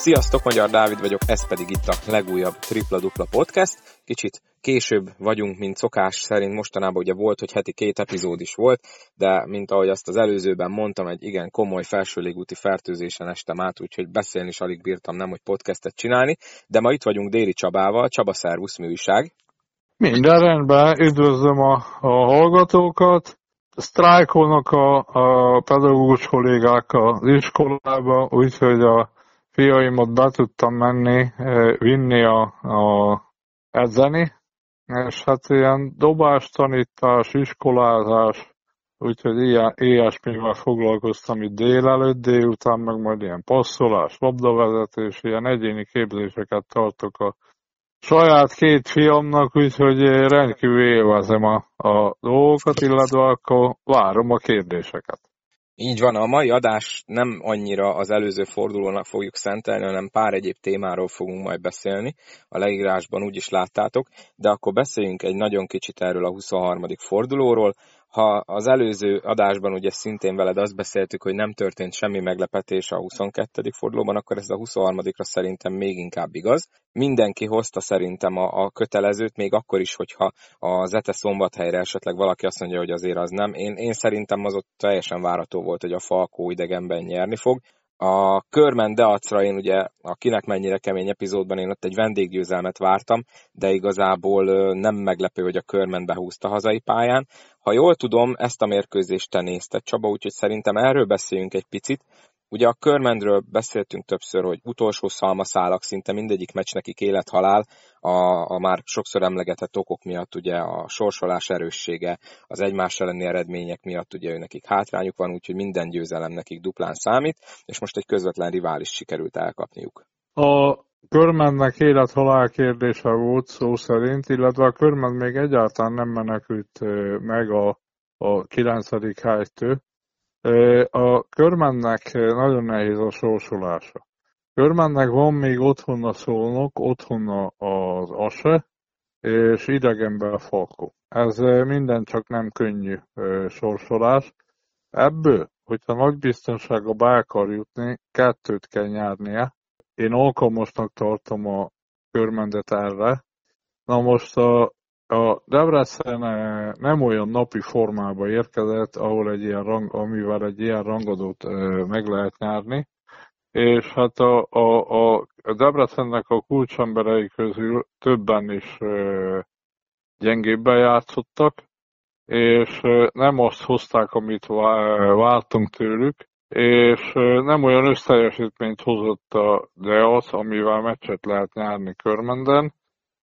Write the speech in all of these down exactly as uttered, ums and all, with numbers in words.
Sziasztok, Magyar Dávid vagyok, ez pedig itt a legújabb Tripla Dupla Podcast. Kicsit később vagyunk, mint szokás szerint, mostanában ugye volt, hogy heti két epizód is volt, de mint ahogy azt az előzőben mondtam, egy igen komoly felsőlégúti fertőzésen estem át, úgyhogy beszélni is alig bírtam, nem hogy podcastet csinálni, de ma itt vagyunk Déri Csabával. Csaba, szervusz, mi újság? Minden rendben, üdvözlöm a, a hallgatókat. Sztrájkolnak a, a pedagógus kollégák az iskolába, úgyhogy a fiaimat be tudtam menni, vinni a, a edzeni, és hát ilyen dobás, tanítás, iskolázás, úgyhogy ilyen, ilyesmivel foglalkoztam itt délelőtt, délután meg majd ilyen passzolás, labdavezetés, ilyen egyéni képzéseket tartok a saját két fiamnak, úgyhogy rendkívül élvezem a, a dolgokat, illetve akkor várom a kérdéseket. Így van, a mai adás nem annyira az előző fordulónak fogjuk szentelni, hanem pár egyéb témáról fogunk majd beszélni. A leírásban úgy is láttátok, de akkor beszéljünk egy nagyon kicsit erről a huszonharmadik fordulóról. Ha az előző adásban ugye szintén veled azt beszéltük, hogy nem történt semmi meglepetés a huszonkettedik fordulóban, akkor ez a huszonharmadikra szerintem még inkább igaz. Mindenki hozta szerintem a, a kötelezőt, még akkor is, hogyha a Zete Szombathelyre esetleg valaki azt mondja, hogy azért az nem. Én, én szerintem az ott teljesen várható volt, hogy a Falkó idegenben nyerni fog. A Körmen Deacra én ugye a Kinek mennyire kemény epizódban én ott egy vendéggyőzelmet vártam, de igazából nem meglepő, hogy a Körmen behúzta hazai pályán. Ha jól tudom, ezt a mérkőzést te nézted, Csaba, úgyhogy szerintem erről beszéljünk egy picit. Ugye a Körmenről beszéltünk többször, hogy utolsó szalmaszálak, szinte mindegyik meccs nekik élet-halál, a, a már sokszor emlegetett okok miatt, ugye a sorsolás erőssége, az egymás elleni eredmények miatt ugye ő nekik hátrányuk van, úgyhogy minden győzelem nekik duplán számít, és most egy közvetlen rivális sikerült elkapniuk. A Körmennek élet-halál kérdése volt szó szerint, illetve a Körmen még egyáltalán nem menekült meg a, a kilencedik helytől. A Körmennek nagyon nehéz a sorsolása. Körmennek van még otthon a Szolnok, otthon az Ase, és idegenben a Falkó. Ez minden csak nem könnyű sorsolás. Ebből, hogyha nagy biztonsággal be akar jutni, kettőt kell nyernie. Én alkalmasnak tartom a Körmendet erre. Na most a A Debrecen nem olyan napi formába érkezett, ahol egy ilyen rang, amivel egy ilyen rangadót meg lehet nyerni, és hát a, a, a Debrecennek a kulcsemberei közül többen is gyengébben játszottak, és nem azt hozták, amit vártunk tőlük, és nem olyan összteljesítményt hozott a Deac, amivel meccset lehet nyerni Körmenden.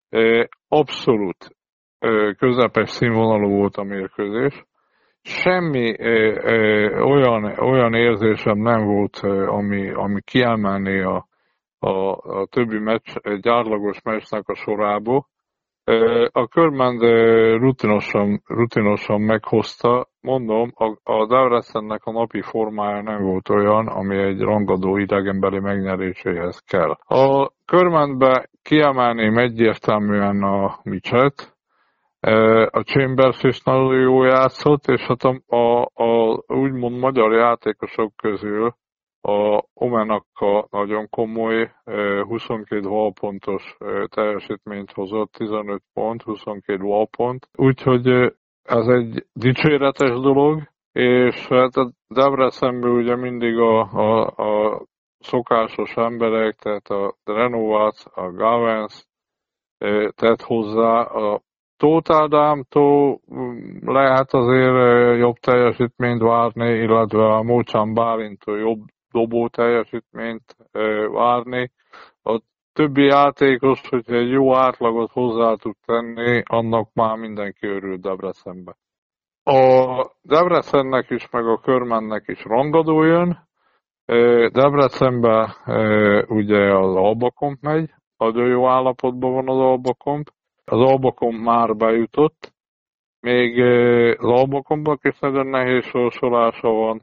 Abszolút közepes színvonalú volt a mérkőzés. Semmi ö, ö, olyan, olyan érzésem nem volt, ami, ami kiemelné a, a, a többi meccs, egy átlagos meccsnek a sorából. A Körmend rutinosan, rutinosan meghozta, mondom, a, a Debrecennek a napi formája nem volt olyan, ami egy rangadó idegenbeli megnyeréséhez kell. A Körmendbe kiemelném egyértelműen a Micset. A Chambers is nagyon jó játszott, és hát a, a, a úgymond magyar játékosok közül a Omenakka nagyon komoly, huszonkét valpontos teljesítményt hozott, tizenöt pont, huszonkét valpont. Úgyhogy ez egy dicséretes dolog, és hát a Debrecenben ugye mindig a, a, a szokásos emberek, tehát a Renovat, a Gavens tett hozzá, a Tóth Ádámtól lehet azért jobb teljesítményt várni, illetve a Mócsán Bálinttól jobb dobó teljesítményt várni. A többi játékos, hogyha egy jó átlagot hozzá tud tenni, annak már mindenki örül Debrecenbe. A Debrecennek is, meg a Körmennek is rangadó jön. Debrecenben ugye az Albakomp megy, nagyon jó állapotban van az Albakomp. Az Albakomp már bejutott, még az Albakompnak is nagyon nehéz sorsolása van.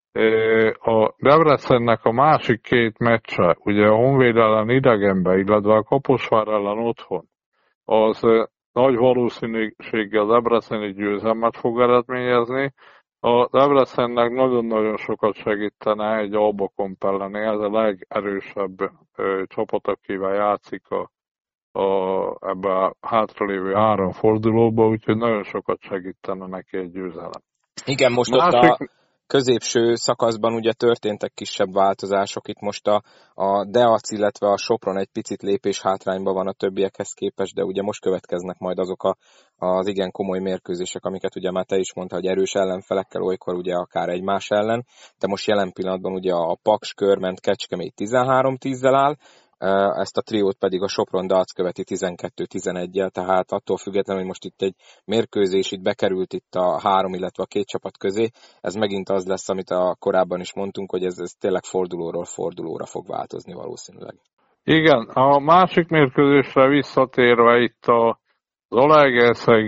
A Debrecennek a másik két meccse, ugye a Honvéd ellen idegenben, illetve a Kaposvár ellen otthon, az nagy valószínűséggel debreceni győzelmet fog eredményezni. a Debrecennek nagyon-nagyon sokat segítene egy Alba Comp elleni, ez a legerősebb ö, csapat, akivel játszik a, a, ebbe a hátralévő három fordulóba, úgyhogy nagyon sokat segítene neki egy győzelem. Igen, most Másik... ott a középső szakaszban ugye történtek kisebb változások, itt most a, a Deac, illetve a Sopron egy picit lépés hátrányban van a többiekhez képest, de ugye most következnek majd azok a, az igen komoly mérkőzések, amiket ugye már te is mondta, hogy erős ellenfelekkel, olykor ugye akár egymás ellen, de most jelen pillanatban ugye a Paks, Körment, Kecskemét tizenhárom tízzel áll, ezt a triót pedig a Sopron Deac követi tizenkettő tizeneggyel, tehát attól függetlenül, hogy most itt egy mérkőzés itt bekerült itt a három, illetve a két csapat közé, ez megint az lesz, amit a korábban is mondtunk, hogy ez, ez tényleg fordulóról fordulóra fog változni valószínűleg. Igen, a másik mérkőzésre visszatérve itt a Zalaegerszeg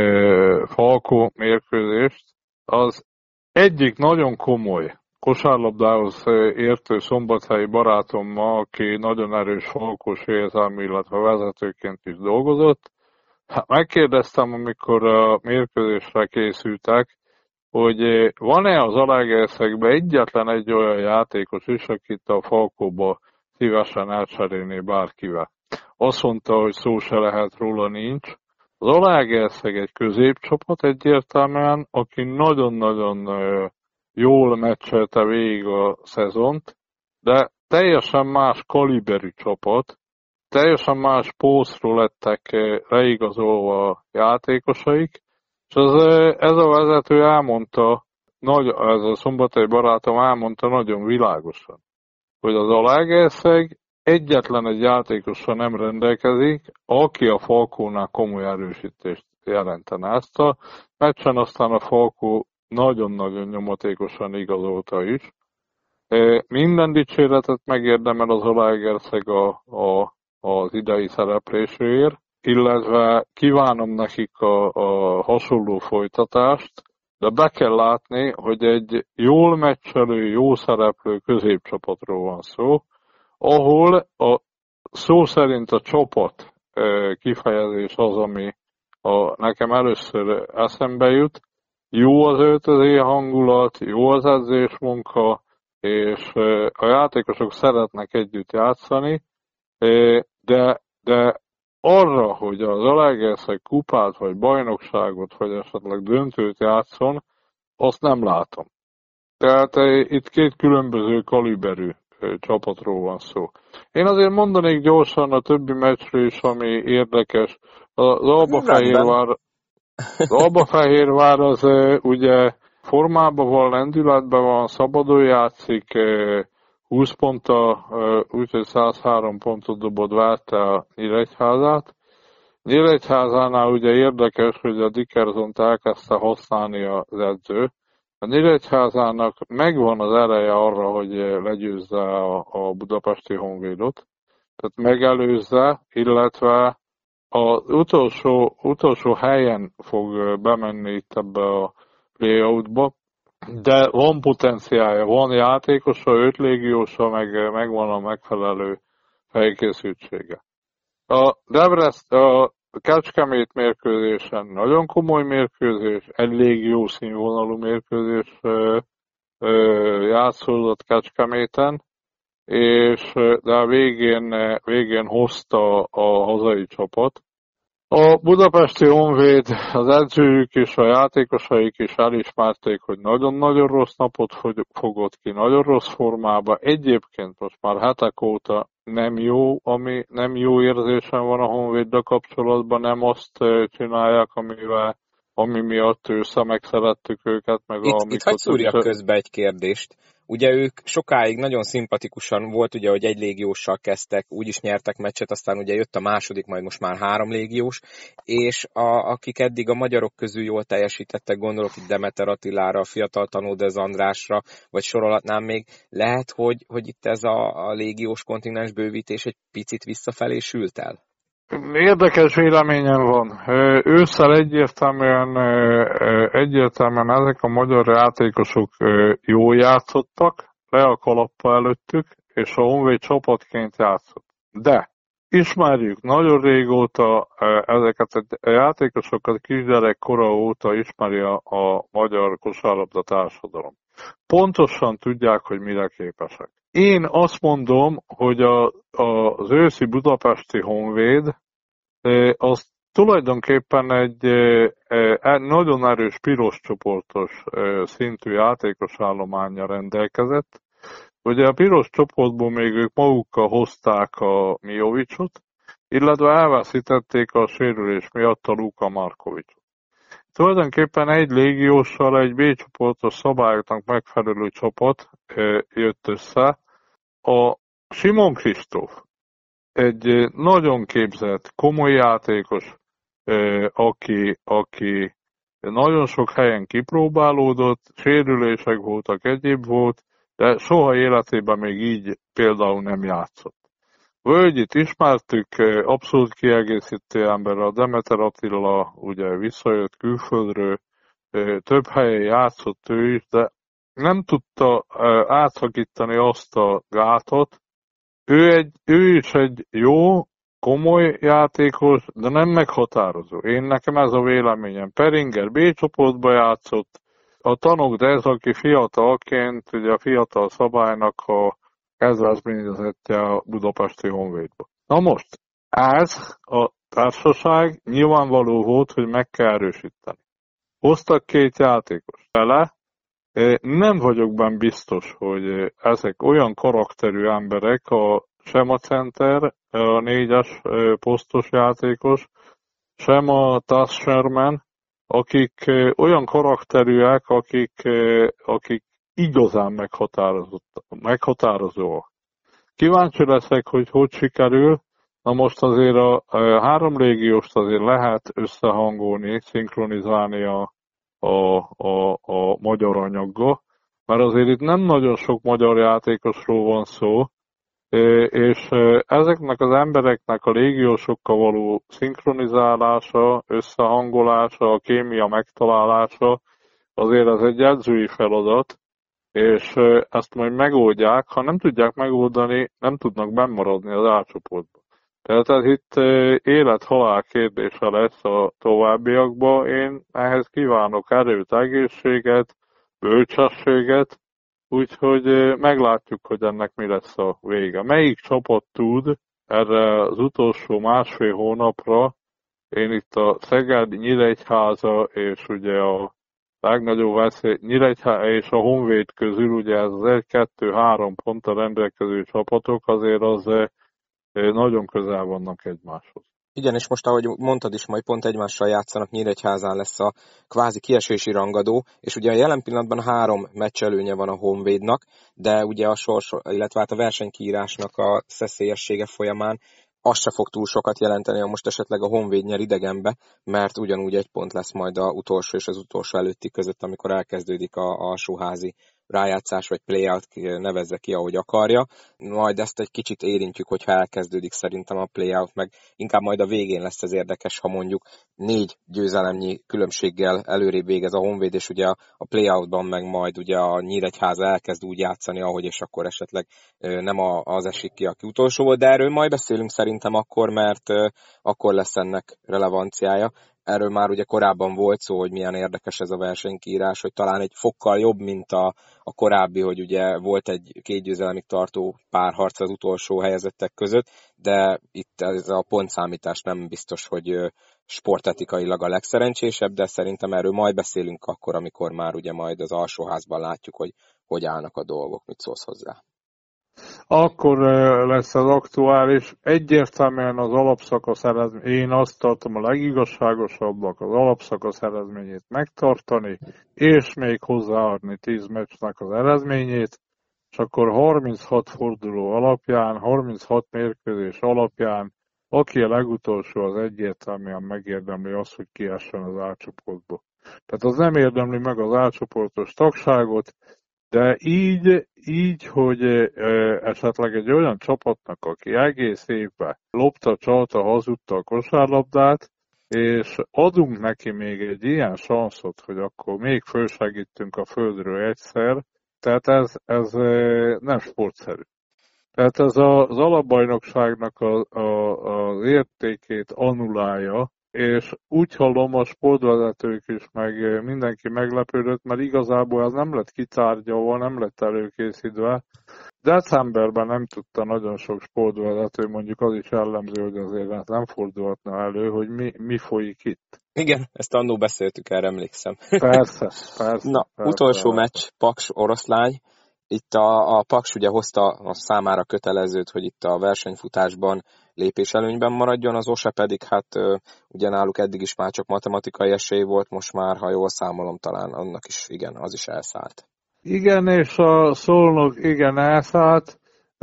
Falkó mérkőzést, az egyik nagyon komoly kosárlabdához értő szombathelyi barátommal, aki nagyon erős falkós érzelmi, illetve vezetőként is dolgozott. Megkérdeztem, amikor a mérkőzésre készültek, hogy van-e az Zalaegerszegben egyetlen egy olyan játékos is, akit a Falkóba szívesen elcserélné bárkivel. Azt mondta, hogy szó se lehet róla, nincs. Az Zalaegerszeg egy középcsapat egyértelműen, aki nagyon-nagyon jól meccselte végig a szezont, de teljesen más kaliberű csapat, teljesen más pószról lettek leigazolva a játékosaik, és ez, ez a vezető elmondta, nagy, ez a szombathelyi barátom elmondta nagyon világosan, hogy az Zalaegerszeg egyetlen egy játékossal nem rendelkezik, aki a Falkónál komoly erősítést jelentene. Ezt a meccsen aztán a Falkó nagyon-nagyon nyomatékosan igazolta is. Minden dicséretet megérdemel az Zalaegerszeg a, a, az idei szerepléséért, illetve kívánom nekik a, a hasonló folytatást, de be kell látni, hogy egy jól meccselő, jó szereplő középcsapatról van szó, ahol a szó szerint a csapat kifejezés az, ami a, nekem először eszembe jut. Jó az öltöző hangulat, jó az edzésmunka, és a játékosok szeretnek együtt játszani, de, de arra, hogy az Zalaegerszeg kupát, vagy bajnokságot, vagy esetleg döntőt játszon, azt nem látom. Tehát itt két különböző kaliberű csapatról van szó. Én azért mondanék gyorsan a többi meccsről is, ami érdekes. Az Albafehérvár, az Albafehérvár az ugye formában van, lendületben van, szabadon játszik, húsz ponttal, úgyhogy száz három pontot dobott, várta a Nyíregyházát. Nyíregyházánál ugye érdekes, hogy a Dickersont elkezdte használni az edző. A Nyíregyházának megvan az ereje arra, hogy legyőzze a, a budapesti Honvédot, tehát megelőzze, illetve az utolsó, utolsó helyen fog bemenni itt ebbe a playoutba, de van potenciálja, van játékosa, öt légiósa, meg, megvan a megfelelő felkészültsége. A Debrecen, a Kecskemét mérkőzésen nagyon komoly mérkőzés, elég jó színvonalú mérkőzés játszódott Kecskeméten, és de a végén, végén hozta a hazai csapat. A budapesti Honvéd, az edzőjük és a játékosaik is elismerték, hogy nagyon-nagyon rossz napot fogott ki, nagyon rossz formába. Egyébként most már hetek óta nem jó, ami nem jó érzésem van a Honvéddal kapcsolatban, nem azt csinálják, amivel, ami miatt ősszel megszerettük őket. Meg itt, a, itt hadd szúrjak közbe egy kérdést. Ugye ők sokáig nagyon szimpatikusan volt, ugye, hogy egy légióssal kezdtek, úgy is nyertek meccset, aztán ugye jött a második, majd most már három légiós, és a, akik eddig a magyarok közül jól teljesítettek, gondolok itt Demeter Attilára, a fiatal Tanódez Andrásra, vagy sorolhatnám még, lehet, hogy, hogy itt ez a, a légiós kontinens bővítés egy picit visszafelé sült el? Érdekes véleményem van. Ősszel egyértelműen, egyértelműen ezek a magyar játékosok jól játszottak, le a kalappa előttük, és a Honvéd csapatként játszott. De ismerjük nagyon régóta, ezeket a játékosokat kisgyerek kora óta ismeri a, a magyar kosárlabda társadalom. Pontosan tudják, hogy mire képesek. Én azt mondom, hogy a, a, az őszi budapesti Honvéd az tulajdonképpen egy, egy nagyon erős piros csoportos szintű játékos állománnyal rendelkezett. Ugye a piros csoportból még ők magukkal hozták a Mijovicsot, illetve elveszítették a sérülés miatt a Luka Markovicsot. Tulajdonképpen egy légióssal egy B csoportos szabályoknak megfelelő csapat jött össze. A Simon Kristóf egy nagyon képzett, komoly játékos, aki, aki nagyon sok helyen kipróbálódott, sérülések voltak, egyéb volt, de soha életében még így például nem játszott. Völgyit ismertük, abszolút kiegészítő ember, a Demeter Attila ugye visszajött külföldről, több helyen játszott ő is, de nem tudta átszakítani azt a gátot. Ő, egy, ő is egy jó, komoly játékos, de nem meghatározó. Én nekem ez a véleményem. Peringer B csoportba játszott, a Tanok Dez, aki fiatalként, ugye a fiatal szabálynak a kedvezményezettje a budapesti Honvédba. Na most, ez a társaság nyilvánvaló volt, hogy meg kell erősíteni. Hoztak két játékos vele, nem vagyok benne biztos, hogy ezek olyan karakterű emberek, a sem a center, a négyes posztos játékos, sem a Taz Sherman, akik olyan karakterűek, akik, akik igazán meghatározóak. Kíváncsi leszek, hogy hogy sikerül. Na most azért a három légióst azért lehet összehangolni, szinkronizálni a, a, a, a magyar anyaggal, mert azért itt nem nagyon sok magyar játékosról van szó, és ezeknek az embereknek a légiósokkal való szinkronizálása, összehangolása, a kémia megtalálása, azért ez egy edzői feladat, és ezt majd megoldják. Ha nem tudják megoldani, nem tudnak bennmaradni az átcsoportban. Tehát ez itt élet-halál kérdése lesz a továbbiakban. Én ehhez kívánok erőt, egészséget, bölcsességet, úgyhogy meglátjuk, hogy ennek mi lesz a vége. Melyik csapat tud erre az utolsó másfél hónapra, én itt a Szeged, Nyíregyháza és ugye a legnagyobb veszély Nyíregyháza és a Honvéd közül, ugye ez az egy-kettő-három ponttal rendelkező csapatok, azért az nagyon közel vannak egymáshoz. Igen, és most, ahogy mondtad is, majd pont egymással játszanak, Nyíregyházán lesz a kvázi kiesési rangadó, és ugye a jelen pillanatban három meccselőnye van a Honvédnak, de ugye a sors, illetve hát a versenykiírásnak a szeszélyessége folyamán az se fog túl sokat jelenteni, ha most esetleg a Honvéd nyer idegenbe, mert ugyanúgy egy pont lesz majd az utolsó és az utolsó előtti között, amikor elkezdődik a alsóházi rájátszás, vagy playout, nevezze ki, ahogy akarja. Majd ezt egy kicsit érintjük, hogyha elkezdődik szerintem a playout, meg inkább majd a végén lesz ez érdekes, ha mondjuk négy győzelemnyi különbséggel előrébb végez a Honvéd, és ugye a playoutban meg majd ugye a Nyíregyháza elkezd úgy játszani, ahogy, és akkor esetleg nem az esik ki, aki utolsó volt, de erről majd beszélünk szerintem akkor, mert akkor lesz ennek relevanciája. Erről már ugye korábban volt szó, hogy milyen érdekes ez a versenykiírás, hogy talán egy fokkal jobb, mint a, a korábbi, hogy ugye volt egy két győzelemig tartó párharc az utolsó helyezettek között, de itt ez a pontszámítás nem biztos, hogy sportetikailag a legszerencsésebb, de szerintem erről majd beszélünk akkor, amikor már ugye majd az alsóházban látjuk, hogy hogy állnak a dolgok, mit szólsz hozzá. Akkor lesz az aktuális. Egyértelműen az alapszakasz eredmény, én azt tartom a legigazságosabbak az alapszakasz eredményét megtartani, és még hozzáadni tíz meccsnek az eredményét, és akkor harminchat forduló alapján, harminchat mérkőzés alapján, aki a legutolsó, az egyértelműen megérdemli azt, hogy kiessen az átcsoportból. Tehát az nem érdemli meg az átcsoportos tagságot, de így, így, hogy esetleg egy olyan csapatnak, aki egész évben lopta, csalta, hazudta a kosárlabdát, és adunk neki még egy ilyen sanszot, hogy akkor még fölsegítünk a földről egyszer, tehát ez, ez nem sportszerű. Tehát ez az alapbajnokságnak a, a, az értékét annulálja, és úgy hallom, a sportvezetők is, meg mindenki meglepődött, mert igazából ez nem lett kitárgyalva, nem lett előkészítve. Decemberben nem tudta nagyon sok sportvezető, mondjuk az is jellemző, hogy azért nem fordulhatna elő, hogy mi, mi folyik itt. Igen, ezt annól beszéltük, erre emlékszem. Persze, persze. Na, persze, utolsó persze. meccs, Paks Oroszlány. Itt a, a Paks ugye hozta a számára kötelezőt, hogy itt a versenyfutásban lépéselőnyben maradjon, az Ose pedig hát ugye náluk eddig is már csak matematikai esély volt, most már, ha jól számolom, talán annak is, igen, az is elszállt. Igen, és a Szolnok igen elszállt.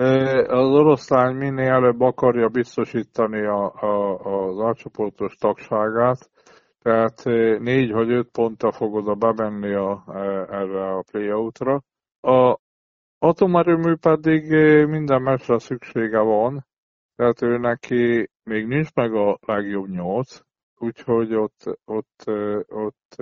Az Oroszlány minél előbb akarja biztosítani a, a, az alcsoportos tagságát, tehát négy vagy öt ponttal fog oda bemenni a, erre a play-outra. A atomerőmű pedig minden meccsre szüksége van, tehát ő neki még nincs meg a legjobb nyolc, úgyhogy ott, ott, ott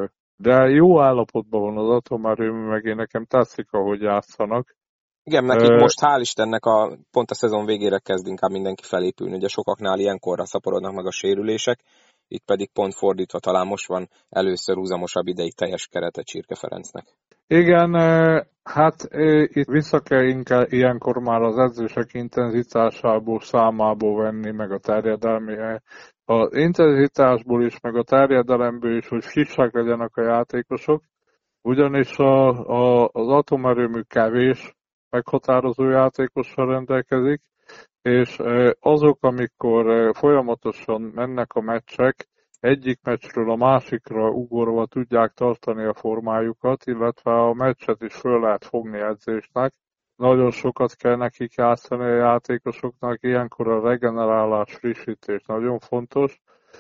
de jó állapotban van az atomerőmű, meg én nekem tetszik, ahogy játszanak. Igen, nekik uh, most hál' Istennek a, pont a szezon végére kezd inkább mindenki felépülni, ugye sokaknál ilyenkorra szaporodnak meg a sérülések, itt pedig pont fordítva, talán most van először húzamosabb ideig teljes kerete Csirke Ferencnek. Igen, hát itt vissza kell inkább ilyenkor már az edzések intenzitásából, számából venni, meg a terjedelmi. Az intenzitásból is, meg a terjedelemből is, hogy frissek legyenek a játékosok, ugyanis a, a, az atomerőmű kevés meghatározó játékossal rendelkezik, és azok, amikor folyamatosan mennek a meccsek, egyik meccsről a másikra ugorva tudják tartani a formájukat, illetve a meccset is föl lehet fogni edzésnek. Nagyon sokat kell nekik játszani a játékosoknak, ilyenkor a regenerálás, frissítés nagyon fontos.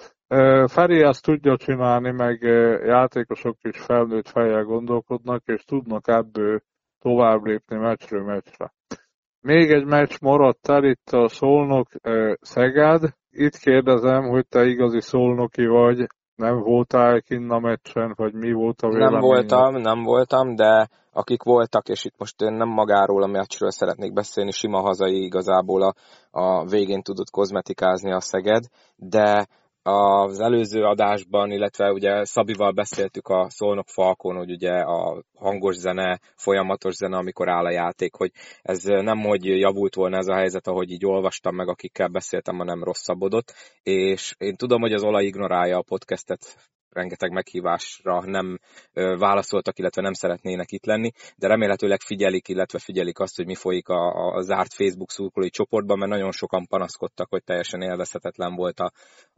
Feri ezt tudja csinálni, meg játékosok is felnőtt fejjel gondolkodnak, és tudnak ebből tovább lépni meccsről meccsre. Még egy meccs maradt el itt a Szolnok-Szeged. Itt kérdezem, hogy te igazi szolnoki vagy, nem voltál kinn a meccsen, vagy mi volt a véleményed? Nem voltam, nem voltam, de akik voltak, és itt most én nem magáról a meccsről szeretnék beszélni, sima hazai igazából a, a végén tudott kozmetikázni a Szeged, de az előző adásban, illetve ugye Szabival beszéltük a Szolnok Falkon, hogy ugye a hangos zene, folyamatos zene, amikor áll a játék, hogy ez nem hogy javult volna ez a helyzet, ahogy így olvastam meg, akikkel beszéltem, hanem rosszabbodott, és én tudom, hogy az Olaj ignorálja a podcastet, rengeteg meghívásra nem ö, válaszoltak, illetve nem szeretnének itt lenni, de remélhetőleg figyelik, illetve figyelik azt, hogy mi folyik a, a zárt Facebook szurkolói csoportban, mert nagyon sokan panaszkodtak, hogy teljesen élvezhetetlen volt a,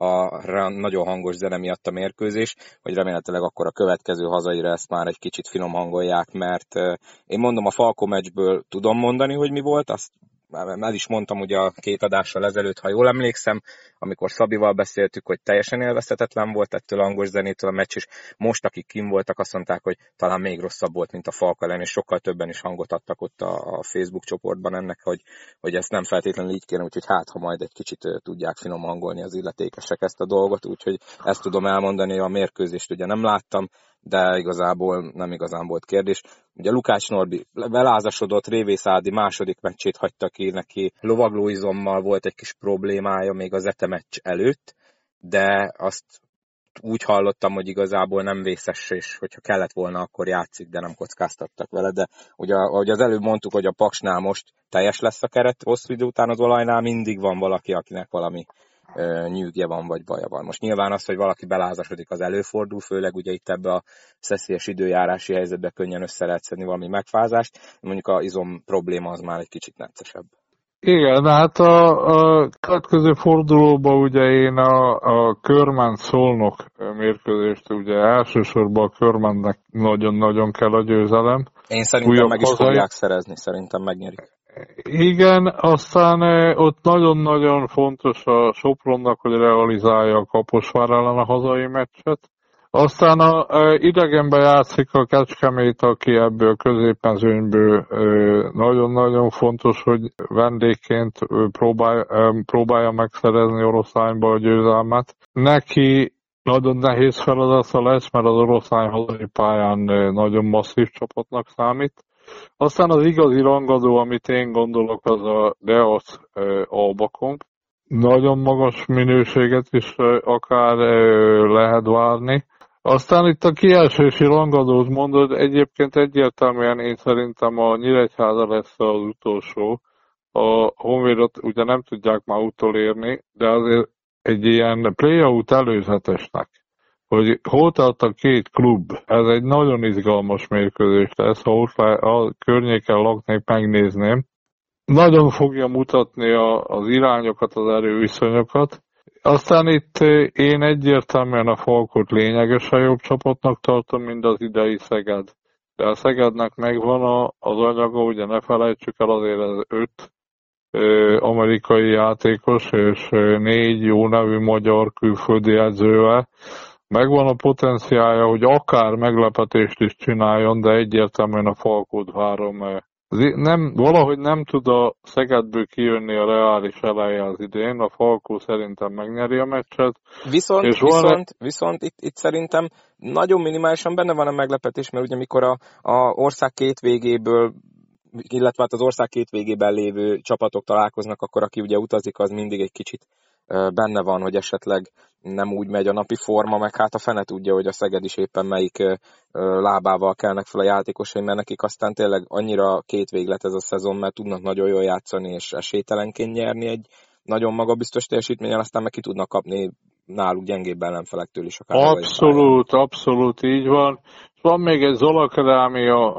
a nagyon hangos zene miatt a mérkőzés, hogy remélhetőleg akkor a következő hazaira ezt már egy kicsit finom hangolják, mert ö, én mondom, a Falko meccsből tudom mondani, hogy mi volt, azt el is mondtam ugye a két adással ezelőtt, ha jól emlékszem, amikor Szabival beszéltük, hogy teljesen élvezhetetlen volt ettől a hangos zenétől a meccs, és most, akik kim voltak, azt mondták, hogy talán még rosszabb volt, mint a Falk ellen, és sokkal többen is hangot adtak ott a Facebook csoportban ennek, hogy, hogy ezt nem feltétlenül így kéne, úgyhogy hát, ha majd egy kicsit tudják finom hangolni az illetékesek ezt a dolgot, úgyhogy ezt tudom elmondani, a mérkőzést ugye nem láttam, de igazából nem igazán volt kérdés. Ugye Lukács Norbi belázasodott, Révész Ádi második meccsét hagyta ki, neki lovaglóizommal volt egy kis problémája még az Ete meccs előtt, de azt úgy hallottam, hogy igazából nem vészes, és hogyha kellett volna, akkor játszik, de nem kockáztattak vele, de ugye, ahogy az előbb mondtuk, hogy a Paksnál most teljes lesz a keret, hosszú idő után az Olajnál mindig van valaki, akinek valami nyűgje van, vagy baja van. Most nyilván az, hogy valaki belázasodik, az előfordul, főleg ugye itt ebbe a szeszélyes időjárási helyzetbe könnyen össze lehet szedni valami megfázást, mondjuk a izom probléma az már egy kicsit neccesebb. Igen, hát a, a következő fordulóban ugye én a, a Körmend-Szolnok mérkőzést, ugye elsősorban a Körmendnek nagyon-nagyon kell a győzelem. Én szerintem Újabb meg is hazai... fogják szerezni, szerintem megnyerik. Igen, aztán ott nagyon-nagyon fontos a Sopronnak, hogy realizálja a Kaposvár ellen a hazai meccset. Aztán a, a idegenben játszik a Kecskemét, aki ebből a középmezőnyből nagyon-nagyon fontos, hogy vendégként próbálja, próbálja megszerezni Oroszlányba a győzelmet. Neki nagyon nehéz feladata lesz, mert az Oroszlány hazai pályán nagyon masszív csapatnak számít. Aztán az igazi rangadó, amit én gondolok, az a Deac Albakom. Nagyon magas minőséget is akár lehet várni. Aztán itt a kiesési rangadót mondod, egyébként egyértelműen én szerintem a Nyíregyháza lesz az utolsó. A Honvédot ugye nem tudják már utolérni, de azért egy ilyen play-out előzetesnek, hogy hol tart a két klub, ez egy nagyon izgalmas mérkőzés lesz, ha ott a környéken laknék, megnézném. Nagyon fogja mutatni a, az irányokat, az erőviszonyokat. Aztán itt én egyértelműen a Falkot lényegesen jobb csapatnak tartom, mint az idei Szeged. De a Szegednek megvan a, az anyaga, ugye ne felejtsük el, azért ez öt ö, amerikai játékos és ö, négy jó nevű magyar külföldi edzővel. Megvan a potenciálja, hogy akár meglepetést is csináljon, de egyértelműen a Falkot várom. Nem, valahogy nem tud a Szegedből kijönni a reális eleje az idén, a Falkó szerintem megnyeri a meccset. Viszont, és viszont, van... viszont itt, itt szerintem nagyon minimálisan benne van a meglepetés, mert ugye mikor a, a ország két végéből, illetve hát az ország két végében lévő csapatok találkoznak, akkor aki ugye utazik, az mindig egy kicsit benne van, hogy esetleg nem úgy megy a napi forma, meg hát a fene tudja, hogy a Szeged is éppen melyik lábával kelnek fel a játékosai, mert nekik aztán tényleg annyira két véglet ez a szezon, mert tudnak nagyon jól játszani, és esélytelenként nyerni egy nagyon magabiztos teljesítményen, aztán meg ki tudnak kapni náluk gyengébb ellenfelektől is. Akár abszolút, abszolút így van. Van még egy Zolakrámia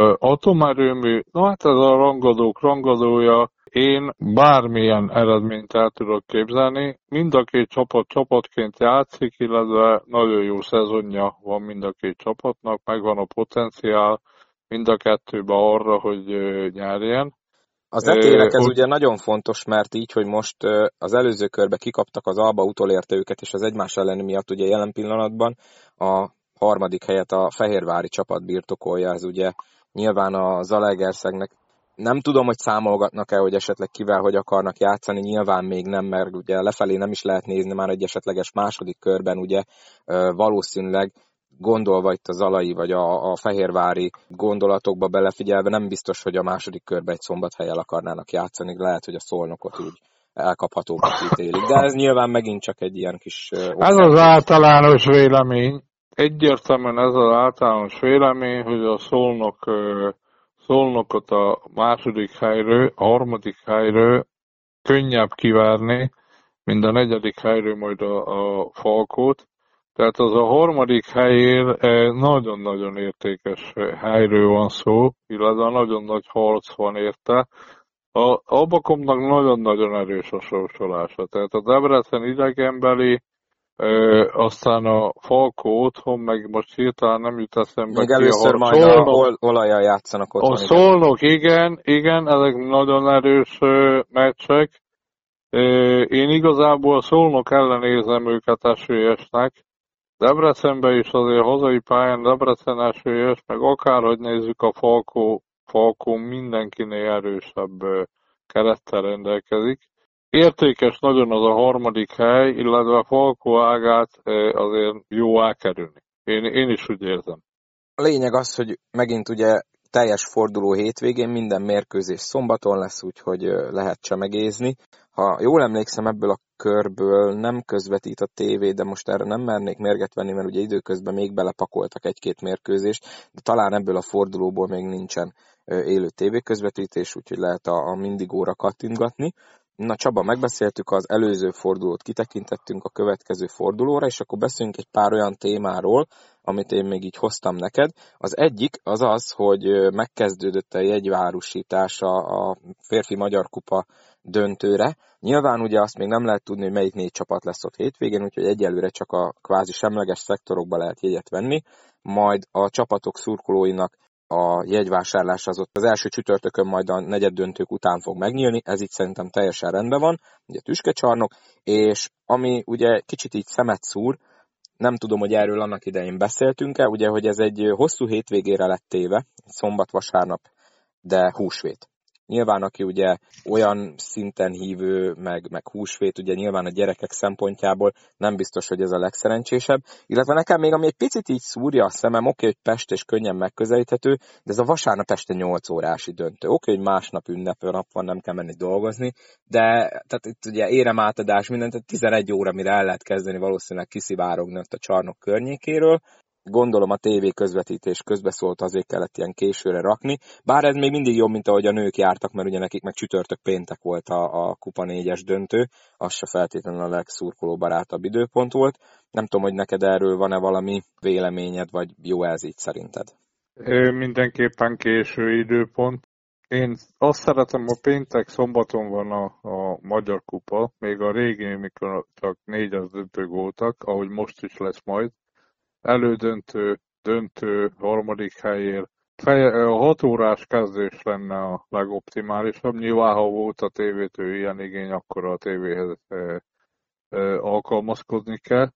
atomerőmű, na hát ez a rangadók rangadója. Én bármilyen eredményt el tudok képzelni, mind a két csapat csapatként játszik, illetve nagyon jó szezonja van mind a két csapatnak, megvan a potenciál mind a kettőben arra, hogy nyerjen. Az etélek ez ugye nagyon fontos, mert így, hogy most az előző körbe kikaptak, az Alba utolérte őket, és az egymás elleni miatt ugye jelen pillanatban a harmadik helyet a fehérvári csapat birtokolja, ez ugye nyilván a Zalaegerszegnek. Nem tudom, hogy számolgatnak-e, hogy esetleg kivel hogy akarnak játszani, nyilván még nem, mert ugye lefelé nem is lehet nézni már egy esetleges második körben, ugye valószínűleg gondolva itt a zalai vagy a, a fehérvári gondolatokba belefigyelve, nem biztos, hogy a második körben egy Szombathelyel akarnának játszani, lehet, hogy a Szolnokot úgy elkaphatókat ítélik, de ez nyilván megint csak egy ilyen kis... Ez az általános vélemény, egyértelműen ez az általános vélemény, hogy a Szolnok... Szolnokot a második helyről, a harmadik helyről könnyebb kivárni, mint a negyedik helyről majd a, a Falkót. Tehát az a harmadik helyér nagyon-nagyon értékes helyről van szó, illetve nagyon nagy harc van érte. A Albakomnak nagyon-nagyon erős a sorsolása. Tehát a Debrecen idegenbeli, Ö, aztán a Falkó otthon, meg most hirtelen nem jut eszembe még ki. először a majd Szolnok, a ol, olajjal játszanak otthon. A Szolnok, igen, igen, ezek nagyon erős ö, meccsek. Ö, én igazából a Szolnok ellen érzem őket esélyesnek. Debrecenben is azért hazai pályán Debrecen esélyes, meg akárhogy nézzük, a Falkó, Falkó mindenkinél erősebb ö, kerettel rendelkezik. Értékes nagyon az a harmadik hely, illetve a Falkó ágát azért jó elkerülni. Én, én is úgy érzem. A lényeg az, hogy megint ugye teljes forduló hétvégén, minden mérkőzés szombaton lesz, úgyhogy lehet csemegézni. Ha jól emlékszem, ebből a körből nem közvetít a tévé, de most erre nem mernék mérget venni, mert ugye időközben még belepakoltak egy-két mérkőzést, de talán ebből a fordulóból még nincsen élő tévéközvetítés, úgyhogy lehet a, a Mindigóra kattintgatni. Na Csaba, megbeszéltük az előző fordulót, kitekintettünk a következő fordulóra, és akkor beszélünk egy pár olyan témáról, amit én még így hoztam neked. Az egyik az az, hogy megkezdődött a jegyvárusítás a férfi Magyar Kupa döntőre. Nyilván ugye azt még nem lehet tudni, hogy melyik négy csapat lesz ott hétvégén, úgyhogy egyelőre csak a kvázi semleges szektorokba lehet jegyet venni, majd a csapatok szurkolóinak a jegyvásárlás az ott az első csütörtökön majd a negyed döntők után fog megnyílni, ez itt szerintem teljesen rendben van, ugye tüskecsarnok, és ami ugye kicsit így szemet szúr, nem tudom, hogy erről annak idején beszéltünk-e, ugye, hogy ez egy hosszú hétvégére lett téve, szombat-vasárnap, de húsvét. Nyilván, aki ugye olyan szinten hívő, meg, meg húsvét, ugye nyilván a gyerekek szempontjából nem biztos, hogy ez a legszerencsésebb. Illetve nekem még, ami egy picit így szúrja a szemem, oké, hogy Pest és könnyen megközelíthető, de ez a vasárnap este nyolc órási döntő. Oké, hogy másnap ünnepnap van, nem kell menni dolgozni, de tehát itt ugye éremátadás, mindent, tehát tizenegy óra, mire el lehet kezdeni valószínűleg kiszivárogni ott a csarnok környékéről. Gondolom a tévé közvetítés közbeszólt, azért kellett ilyen későre rakni. Bár ez még mindig jobb, mint ahogy a nők jártak, mert ugye nekik meg csütörtök péntek volt a, a kupa négyes döntő, az se feltétlenül a legszurkolóbarátabb időpont volt. Nem tudom, hogy neked erről van-e valami véleményed, vagy jó ez így szerinted? Mindenképpen késő időpont. Én azt szeretem, a péntek szombaton van a, a Magyar Kupa, még a régi, mikor csak négyes döntők voltak, ahogy most is lesz majd. Elődöntő, döntő, harmadik helyért. A hat órás kezdés lenne a legoptimálisabb. Nyilván, ha volt a tévétől ilyen igény, akkor a tévéhez e, e, alkalmazkodni kell.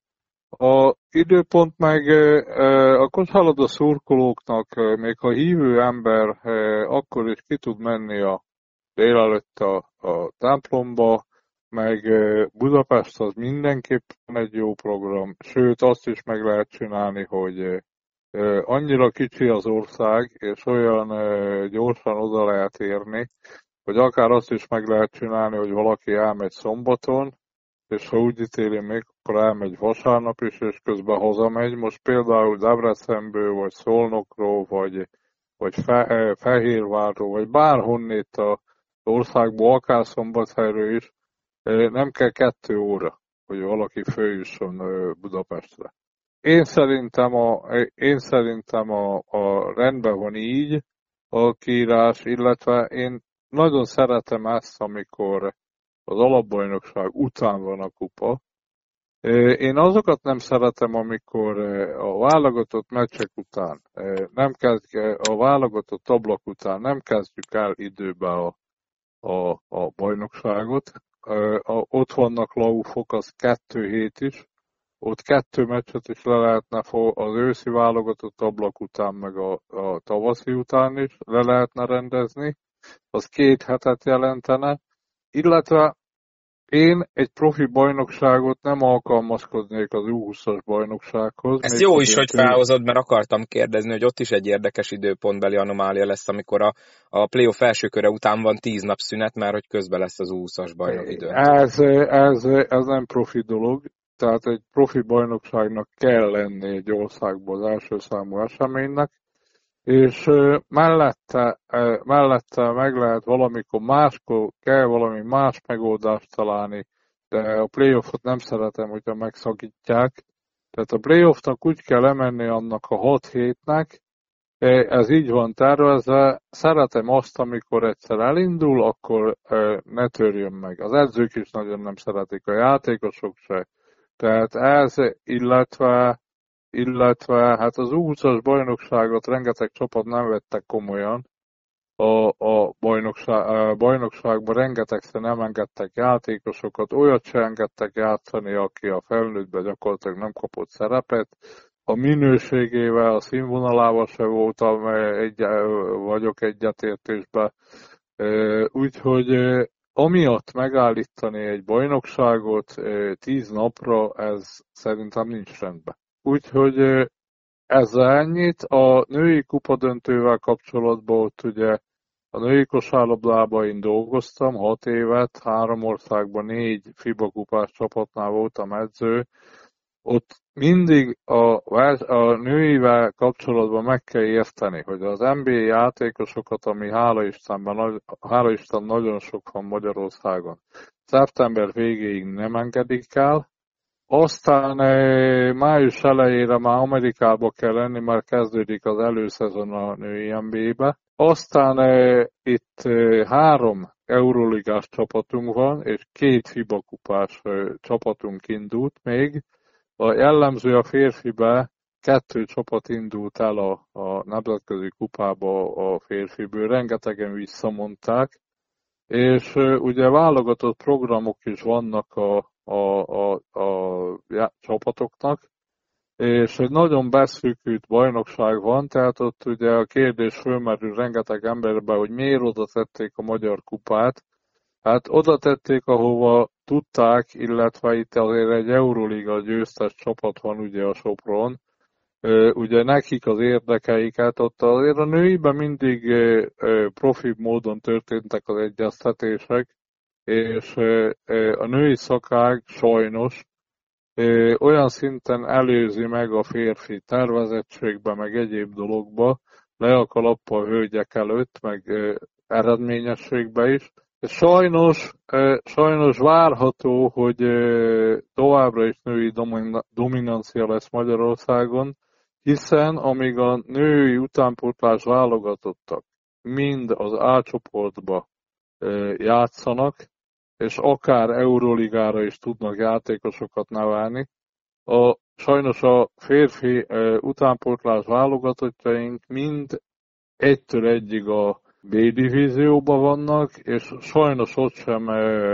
A időpont meg e, a kosárlabda szurkolóknak, e, még ha hívő ember, e, akkor is ki tud menni a délelőtt a, a templomba, meg Budapest az mindenképpen egy jó program, sőt azt is meg lehet csinálni, hogy annyira kicsi az ország, és olyan gyorsan oda lehet érni, hogy akár azt is meg lehet csinálni, hogy valaki elmegy szombaton, és ha úgy ítéli még, akkor elmegy vasárnap is, és közben hazamegy. Most például Debrecenből, vagy Szolnokról, vagy, vagy Fe, Fehérvárról, vagy bárhonnét a országból, akár Szombathelyről is, nem kell kettő óra, hogy valaki följusson Budapestre. Én szerintem a, én szerintem a, a rendben van így a kiírás, illetve én nagyon szeretem ezt, amikor az alapbajnokság után van a kupa. Én azokat nem szeretem, amikor a válogatott meccsek után, nem kezd, a válogatott ablak után nem kezdjük el időbe a, a, a bajnokságot. Ott vannak laufok, az kettő hét is. Ott kettő meccset is le lehetne az őszi válogatott ablak után, meg a, a tavaszi után is le lehetne rendezni. Az két hetet jelentene. Illetve én egy profi bajnokságot nem alkalmazkodnék az U húszas bajnoksághoz. Ez jó is, hogy felhozod, mert akartam kérdezni, hogy ott is egy érdekes időpontbeli anomália lesz, amikor a, a playoff első köre után van tíz nap szünet, mert hogy közben lesz az U húszas bajnoki döntő. Ez, ez, ez nem profi dolog. Tehát egy profi bajnokságnak kell lenni egy országban az első számú eseménynek, és mellette, mellette meg lehet valamikor máskor, kell valami más megoldást találni, de a playoffot nem szeretem, hogyha megszakítják. Tehát a playoffnak úgy kell lemenni annak a hat hétnek, ez így van tervezve, szeretem azt, amikor egyszer elindul, akkor ne törjön meg. Az edzők is nagyon nem szeretik, a játékosok se. Tehát ez, illetve, illetve hát az U húszas bajnokságot rengeteg csapat nem vettek komolyan. A, a, bajnokság, a bajnokságban rengetegszer nem engedtek játékosokat, olyat se engedtek játszani, aki a felnőttben gyakorlatilag nem kapott szerepet. A minőségével, a színvonalával se voltam, egy, vagyok egyetértésben. Úgyhogy amiatt megállítani egy bajnokságot tíz napra, ez szerintem nincs rendben. Úgyhogy ezzel ennyit. A női kupadöntővel kapcsolatban ott ugye a női kosárlabdában én dolgoztam hat évet, három országban négy FIBA kupás csapatnál voltam edző. Ott mindig a, a nőivel kapcsolatban meg kell érteni, hogy az en bé á játékosokat, ami hála Istenben, hála Isten nagyon sok van Magyarországon, szeptember végéig nem engedik el, aztán május elejére már Amerikába kell lenni, mert kezdődik az előszezon a női en bé á-be. Aztán itt három Euroligás csapatunk van, és két FIBA kupás csapatunk indult még. A jellemző a férfibe, kettő csapat indult el a, a nemzetközi kupába a férfiből, rengetegen visszamondták, és ugye válogatott programok is vannak a, a, a, a, a csapatoknak. és egy nagyon beszűkült bajnokság van, tehát ott ugye a kérdés fölmerül rengeteg emberbe, hogy miért oda tették a Magyar Kupát. Hát oda tették, ahova tudták, illetve itt azért egy Euroliga győztes csapat van ugye a Sopron, ugye nekik az érdekeiket, ott azért a nőiben mindig profi módon történtek az egyeztetések, és a női szakág sajnos olyan szinten előzi meg a férfi tervezettségbe, meg egyéb dologba, le a kalappal hölgyek előtt, meg eredményességbe is. Sajnos, sajnos várható, hogy továbbra is női dominancia lesz Magyarországon, hiszen amíg a női utánpótlás válogatottak mind az A csoportba játszanak, és akár Euroligára is tudnak játékosokat nevelni, a, sajnos a férfi utánpótlás válogatottjaink mind egytől egyig a B divízióban vannak, és sajnos ott sem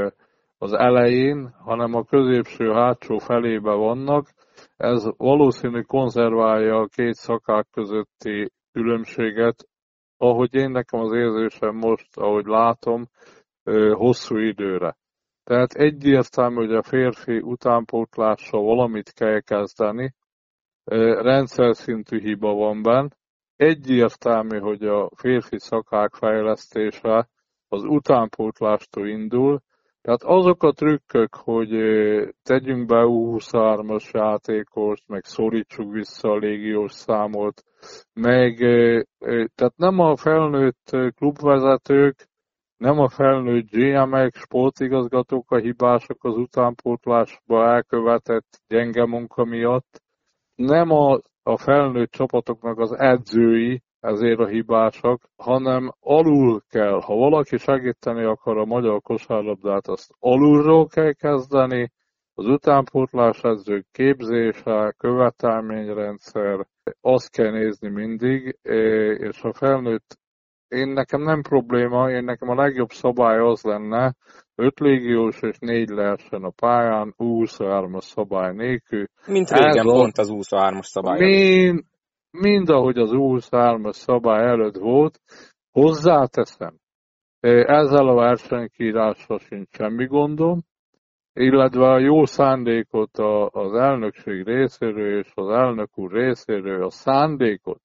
az elején, hanem a középső hátsó felében vannak. Ez valószínű konzerválja a két szakák közötti különbséget, ahogy én nekem az érzésem most, ahogy látom, hosszú időre. Tehát egyértelmű, hogy a férfi utánpótlással valamit kell kezdeni, rendszer szintű hiba van benne. Egyértelmű, hogy a férfi szakák fejlesztése az utánpótlástól indul, tehát azok a trükkök, hogy tegyünk be U huszonhármas játékost, meg szorítsuk vissza a légiós számot, meg tehát nem a felnőtt klubvezetők, nem a felnőtt gé em-ek, sportigazgatók a hibások az utánpótlásba elkövetett gyenge munka miatt, nem a, a felnőtt csapatoknak az edzői ezért a hibásak, hanem alul kell. Ha valaki segíteni akar a magyar kosárlabdát, azt alulról kell kezdeni, az utánpótlás edzők képzése, követelményrendszer, azt kell nézni mindig, és a felnőtt, én nekem nem probléma, én nekem a legjobb szabály az lenne, öt légiós és négy lehessen a pályán, U huszonhármas szabály nélkül. Mint régen a, pont az U huszonhármas szabály mind, mind ahogy az U huszonhármas szabály előtt volt, hozzáteszem, ezzel a versenykírással sincs semmi gondom, illetve a jó szándékot az elnökség részéről és az elnök úr részéről, a szándékot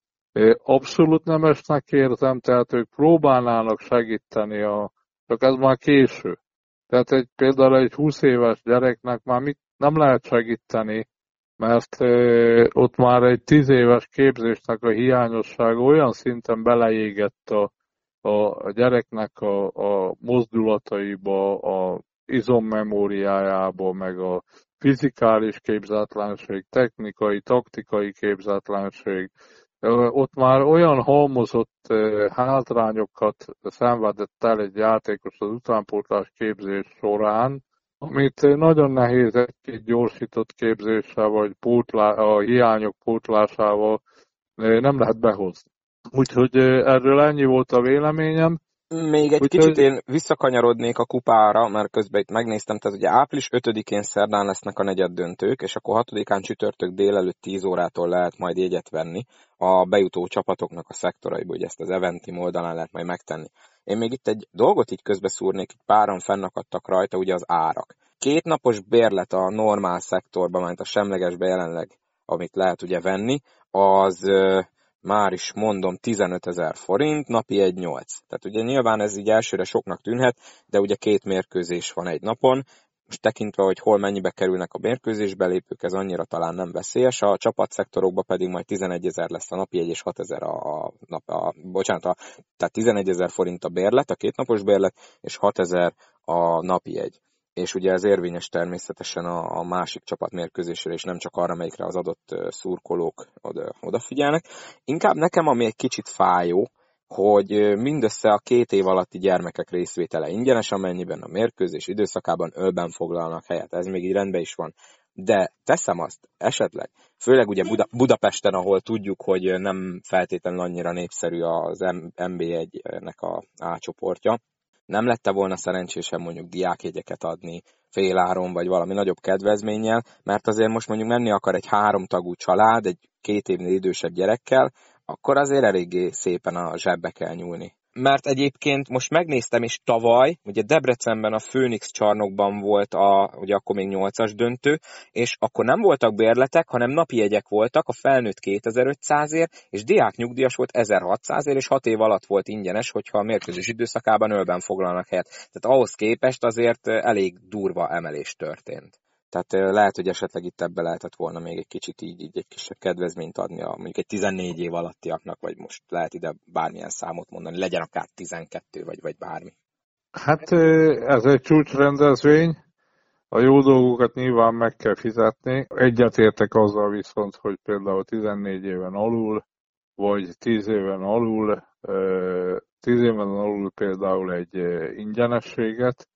abszolút nemesnek érzem, tehát ők próbálnának segíteni, a, csak ez már késő. Tehát egy, például egy húsz éves gyereknek már mit nem lehet segíteni, mert e, ott már egy tíz éves képzésnek a hiányossága olyan szinten beleégett a, a gyereknek a, a mozdulataiba, a izommemóriájába, meg a fizikális képzetlenség, technikai, taktikai képzetlenség. Ott már olyan halmozott hátrányokat szenvedett el egy játékos az utánpótlás képzés során, amit nagyon nehéz egy gyorsított képzéssel, vagy pótlá, a hiányok pótlásával nem lehet behozni. Úgyhogy erről ennyi volt a véleményem. Még egy Úgy, kicsit én visszakanyarodnék a kupára, mert közben itt megnéztem, tehát ugye április ötödikén szerdán lesznek a negyeddöntők, és akkor hatodikán csütörtök délelőtt tíz órától lehet majd jegyet venni a bejutó csapatoknak a szektoraiból, hogy ezt az Eventim oldalán lehet majd megtenni. Én még itt egy dolgot így közbeszúrnék, itt páran fennakadtak rajta, ugye az árak. Két napos bérlet a normál szektorban, mert a semlegesbe jelenleg, amit lehet ugye venni, az... már is mondom tizenötezer forint, napi egy nyolc. Tehát ugye nyilván ez így elsőre soknak tűnhet, de ugye két mérkőzés van egy napon, most tekintve, hogy hol mennyibe kerülnek a mérkőzésbe lépők, ez annyira talán nem veszélyes, a csapatszektorokban pedig majd tizenegyezer lesz a napi egy, és hatezer a, a nap, a, bocsánat, a, tehát tizenegyezer forint a bérlet, a kétnapos bérlet, és hatezer a napi egy. És ugye ez érvényes természetesen a, a másik csapat mérkőzésre, és nem csak arra, melyikre az adott szurkolók oda, odafigyelnek. Inkább nekem, ami egy kicsit fájó, hogy mindössze a két év alatti gyermekek részvétele ingyenes, amennyiben a mérkőzés időszakában ölben foglalnak helyet. Ez még így rendben is van. De teszem azt esetleg, főleg ugye Buda- Budapesten, ahol tudjuk, hogy nem feltétlenül annyira népszerű az en bé egynek a A csoportja, nem lette volna szerencsésebb mondjuk diákjegyeket adni, féláron, vagy valami nagyobb kedvezménnyel, mert azért most mondjuk menni akar egy háromtagú család, egy két évnél idősebb gyerekkel, akkor azért eléggé szépen a zsebbe kell nyúlni. Mert egyébként most megnéztem, és tavaly, ugye Debrecenben a Phoenix csarnokban volt a, ugye akkor még nyolcas döntő, és akkor nem voltak bérletek, hanem napi jegyek voltak, a felnőtt kétezer-ötszázért, és diák nyugdíjas volt ezerhatszázért, és hat év alatt volt ingyenes, hogyha a mérkőzés időszakában ölben foglalnak helyet. Tehát ahhoz képest azért elég durva emelés történt. Tehát lehet, hogy esetleg itt ebbe lehetett volna még egy kicsit így, így egy kisebb kedvezményt adni a, mondjuk egy tizennégy év alattiaknak, vagy most lehet ide bármilyen számot mondani, legyen akár tizenkettő, vagy, vagy bármi. Hát ez egy csúcsrendezvény, a jó dolgokat nyilván meg kell fizetni. Egyetértek azzal viszont, hogy például tizennégy éven alul, vagy tíz éven alul, tíz éven alul például egy ingyenességet,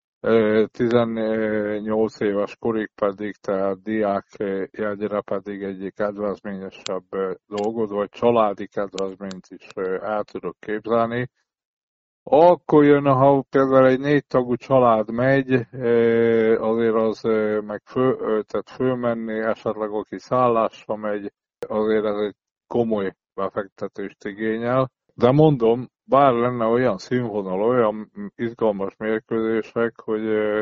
tizennyolc éves korig pedig, tehát diák jegyre pedig egy kedvezményesebb dolgot, vagy családi kedvezményt is el tudok képzelni. Akkor jön, ha például egy négy tagú család megy, azért az meg fő, tehát fölmenni, esetleg aki szállásra megy, azért ez egy komoly befektetést igényel. De mondom, bár lenne olyan színvonal, olyan izgalmas mérkőzések, hogy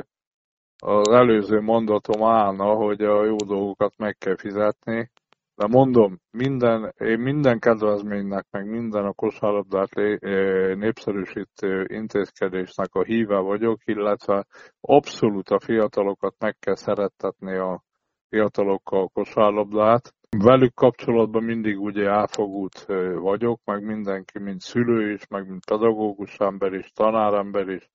az előző mondatom állna, hogy a jó dolgokat meg kell fizetni. De mondom, minden, én minden kedvezménynek, meg minden a kosárlabdát népszerűsítő intézkedésnek a híve vagyok, illetve abszolút a fiatalokat meg kell szerettetni a fiatalokkal a kosárlabdát. Velük kapcsolatban mindig ugye elfogult vagyok, meg mindenki, mint szülő is, meg mint pedagógus ember is, tanárember is,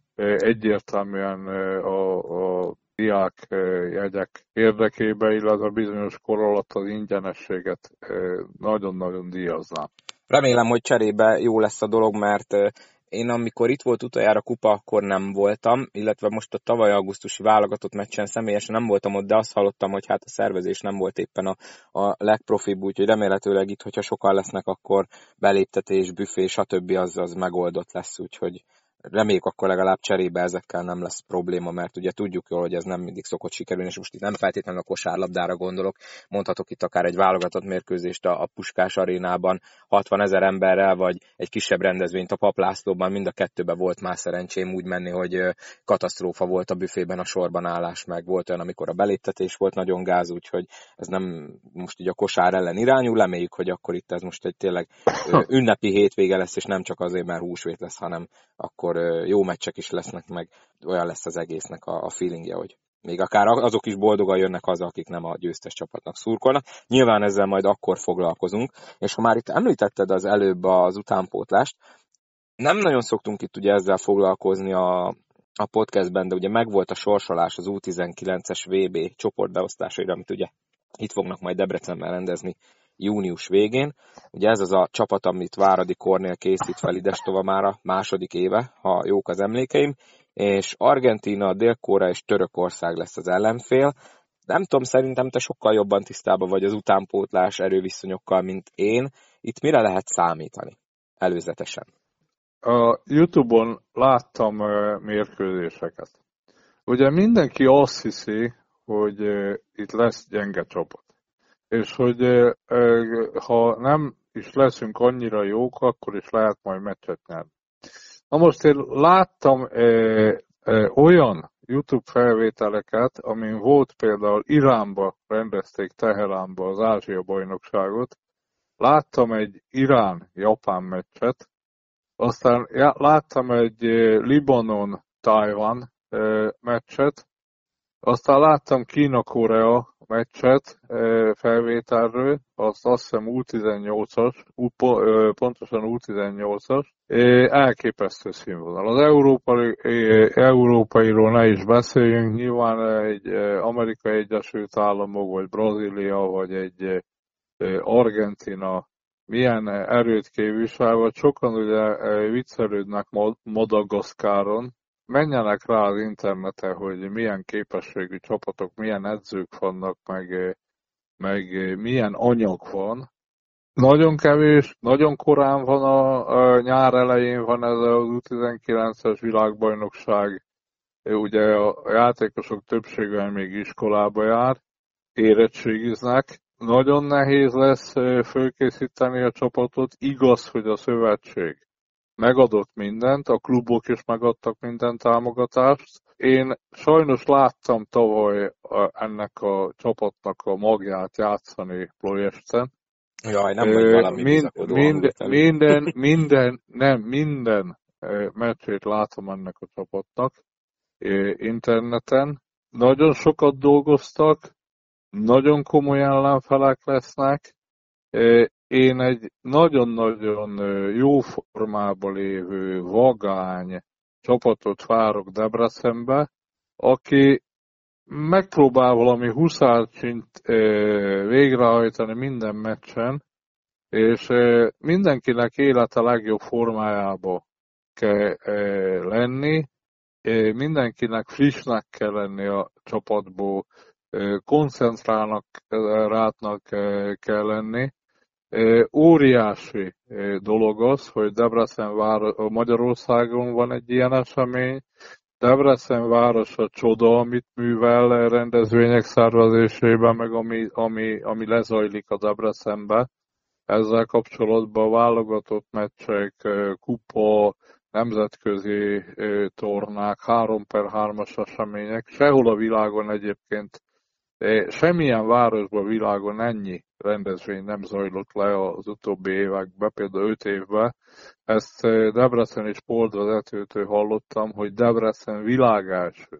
egyértelműen a, a diák jegyek érdekében, illetve bizonyos kor alatt az ingyenességet nagyon-nagyon díjaznám. Remélem, hogy cserébe jó lesz a dolog, mert én amikor itt volt utoljára kupa, akkor nem voltam, illetve most a tavaly augusztusi válogatott meccsen személyesen nem voltam ott, de azt hallottam, hogy hát a szervezés nem volt éppen a, a legprofibb, úgyhogy remélhetőleg itt, hogyha sokan lesznek, akkor beléptetés, büfé, stb. az, az megoldott lesz, úgyhogy reméljük akkor legalább cserébe ezekkel nem lesz probléma, mert ugye tudjuk jól, hogy ez nem mindig szokott sikerülni, és most itt nem feltétlenül a kosárlabdára gondolok, mondhatok itt akár egy válogatott mérkőzést a, a Puskás arénában hatvanezer emberrel, vagy egy kisebb rendezvényt a Paplászlóban, mind a kettőben volt már szerencsém úgy menni, hogy katasztrófa volt a büfében a sorban állás, meg volt olyan, amikor a beléptetés volt nagyon gáz, úgyhogy ez nem most így a kosár ellen irányul, reméljük, hogy akkor itt ez most egy tényleg ünnepi hétvége lesz, és nem csak azért, mert húsvét lesz, hanem akkor jó meccsek is lesznek, meg olyan lesz az egésznek a, a feelingje, hogy még akár azok is boldogan jönnek haza, akik nem a győztes csapatnak szurkolnak. Nyilván ezzel majd akkor foglalkozunk, és ha már itt említetted az előbb az utánpótlást, nem nagyon szoktunk itt ugye ezzel foglalkozni a, a podcastben, de ugye megvolt a sorsolás az U tizenkilences vé bé csoportbeosztásaira, amit ugye itt fognak majd Debrecenben rendezni június végén. Ugye ez az a csapat, amit Váradi Kornél készít fel idestova már a második éve, ha jók az emlékeim, és Argentína, Dél-Korea és Törökország lesz az ellenfél. Nem tudom, szerintem te sokkal jobban tisztában vagy az utánpótlás erőviszonyokkal, mint én. Itt mire lehet számítani előzetesen? A YouTube-on láttam mérkőzéseket. Ugye mindenki azt hiszi, hogy itt lesz gyenge csapat. És hogy ha nem is leszünk annyira jók, akkor is lehet majd meccset nyerni. Na most én láttam olyan YouTube felvételeket, amin volt például Iránba rendezték Teheránba az Ázsia bajnokságot. Láttam egy Irán-Japán meccset, aztán láttam egy Libanon-Tajvan meccset, aztán láttam Kína-Korea meccset felvételről, azt azt hiszem U tizennyolcas, pontosan U tizennyolcas, elképesztő színvonal. Az európai, európairól ne is beszéljünk, nyilván egy Amerikai Egyesült Államok, vagy Brazília, vagy egy Argentína milyen erőt képvisel, vagy sokan ugye viccelődnek Madagaszkáron. Menjenek rá az interneten, hogy milyen képességű csapatok, milyen edzők vannak, meg, meg milyen anyag van. Nagyon kevés, nagyon korán van a, a nyár elején van ez az U tizenkilences világbajnokság. ugye a játékosok többsége még iskolába jár, érettségiznek. Nagyon nehéz lesz fölkészíteni a csapatot. Igaz, hogy a szövetség megadott mindent, a klubok is megadtak minden támogatást. Én sajnos láttam tavaly ennek a csapatnak a magját játszani Ploiesten. Jaj, nem vagy valami mind, mind, minden, minden, nem, minden meccsét látom ennek a csapatnak interneten. Nagyon sokat dolgoztak, nagyon komoly ellenfelek lesznek. Én egy nagyon-nagyon jó formában lévő, vagány csapatot várok Debrecenbe, aki megpróbál valami huszárcsint végrehajtani minden meccsen, és mindenkinek élete legjobb formájába kell lenni, mindenkinek frissnek kell lenni a csapatból, koncentrálnak rátnak kell lenni. Óriási dolog az, hogy Debrecen város, Magyarországon van egy ilyen esemény. Debrecen város a csoda, amit művel rendezvények szervezésében, meg ami, ami, ami lezajlik a Debrecenbe. Ezzel kapcsolatban válogatott meccsek, kupa, nemzetközi tornák, három per hármas események. Sehol a világon egyébként, semmilyen városban világon ennyi rendezvény nem zajlott le az utóbbi években, például öt évben. Ezt Debreceni sportvezetőtől hallottam, hogy Debrecen világelső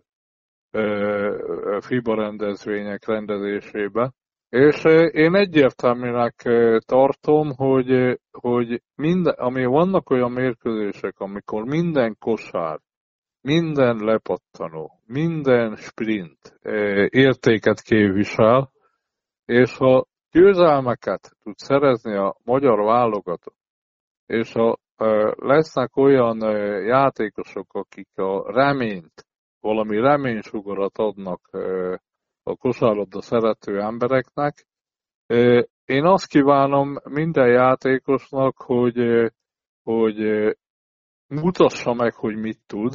FIBA rendezvények rendezésébe. És én egyértelműnek tartom, hogy, hogy minden, ami vannak olyan mérkőzések, amikor minden kosár, minden lepattanó, minden sprint értéket képvisel, és ha győzelmeket tud szerezni a magyar válogatott, és ha lesznek olyan játékosok, akik a reményt, valami reménysugarat adnak a kosárlabda szerető embereknek, én azt kívánom minden játékosnak, hogy, hogy mutassa meg, hogy mit tud,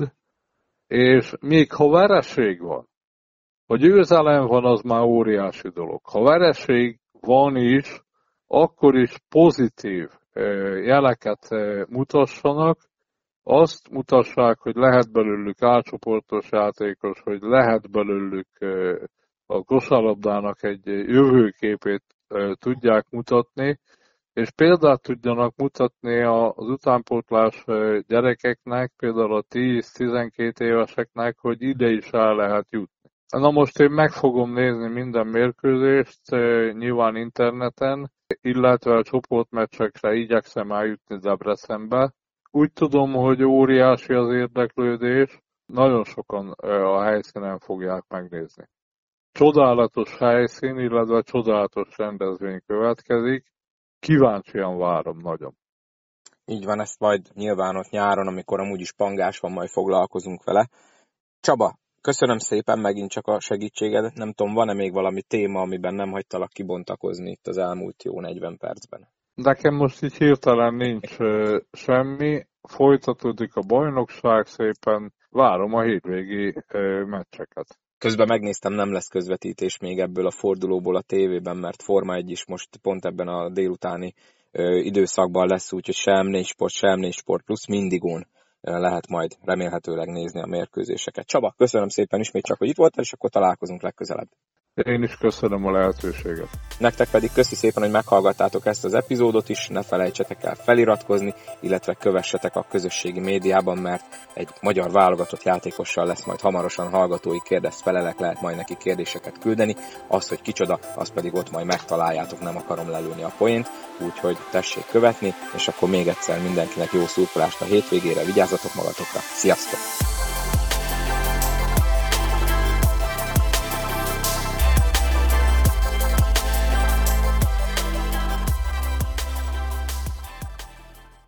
és még ha vereség van, ha győzelem van, az már óriási dolog. Ha vereség van is, akkor is pozitív jeleket mutassanak, azt mutassák, hogy lehet belőlük átcsoportos játékos, hogy lehet belőlük a kosárlabdának egy jövőképét tudják mutatni, és példát tudjanak mutatni az utánpótlás gyerekeknek, például a tíz-tizenkét éveseknek, hogy ide is el lehet jutni. Na most én meg fogom nézni minden mérkőzést, nyilván interneten, illetve a csoportmeccsekre igyekszem eljutni Debrecenbe. Úgy tudom, hogy óriási az érdeklődés, nagyon sokan a helyszínen fogják megnézni. Csodálatos helyszín, illetve csodálatos rendezvény következik. Kíváncsian várom nagyon. Így van, ezt majd nyilván ott nyáron, amikor amúgy is pangás van, majd foglalkozunk vele. Csaba, köszönöm szépen megint csak a segítségedet. Nem tudom, van-e még valami téma, amiben nem hagytalak kibontakozni itt az elmúlt jó negyven percben? Nekem most így hirtelen nincs semmi. Folytatódik a bajnokság szépen. Várom a hétvégi meccseket. Közben megnéztem, nem lesz közvetítés még ebből a fordulóból a tévében, mert Forma egy is most pont ebben a délutáni ö, időszakban lesz, úgyhogy se em négy Sport, se em négy Sport Plus mindigón lehet majd remélhetőleg nézni a mérkőzéseket. Csaba, köszönöm szépen ismét csak, hogy itt voltál, és akkor találkozunk legközelebb. Én is köszönöm a lehetőséget. Nektek pedig köszi szépen, hogy meghallgattátok ezt az epizódot is, ne felejtsetek el feliratkozni, illetve kövessetek a közösségi médiában, mert egy magyar válogatott játékossal lesz majd hamarosan hallgatói kérdez felelek, lehet majd neki kérdéseket küldeni, az, hogy kicsoda, azt pedig ott majd megtaláljátok, nem akarom lelőni a poént, úgyhogy tessék követni, és akkor még egyszer mindenkinek jó szurkolást a hétvégére, vigyázzatok magatokra, sziasztok!